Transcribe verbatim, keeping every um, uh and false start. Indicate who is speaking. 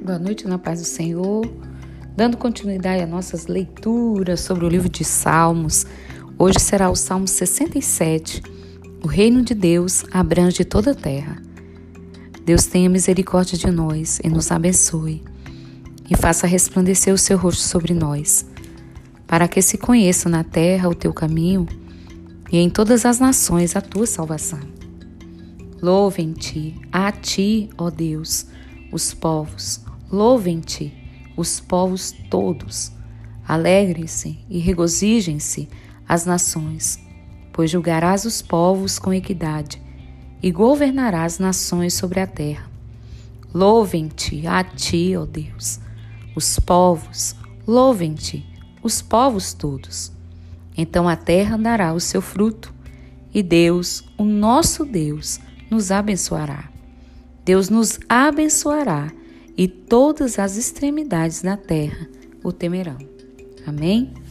Speaker 1: Boa noite na paz do Senhor. Dando continuidade às nossas leituras sobre o livro de Salmos, hoje será o Salmo sessenta e sete. O reino de Deus abrange toda a terra. Deus tenha misericórdia de nós e nos abençoe, e faça resplandecer o seu rosto sobre nós, para que se conheça na terra o teu caminho e em todas as nações a tua salvação. Louvem-te, a ti, ó Deus, os povos, louvem-te, os povos todos. Alegrem-se e regozijem-se as nações, pois julgarás os povos com equidade e governarás nações sobre a terra. Louvem-te, a ti, ó Deus, os povos, louvem-te, os povos todos. Então a terra dará o seu fruto, e Deus, o nosso Deus, nos abençoará. Deus nos abençoará, e todas as extremidades da terra o temerão. Amém?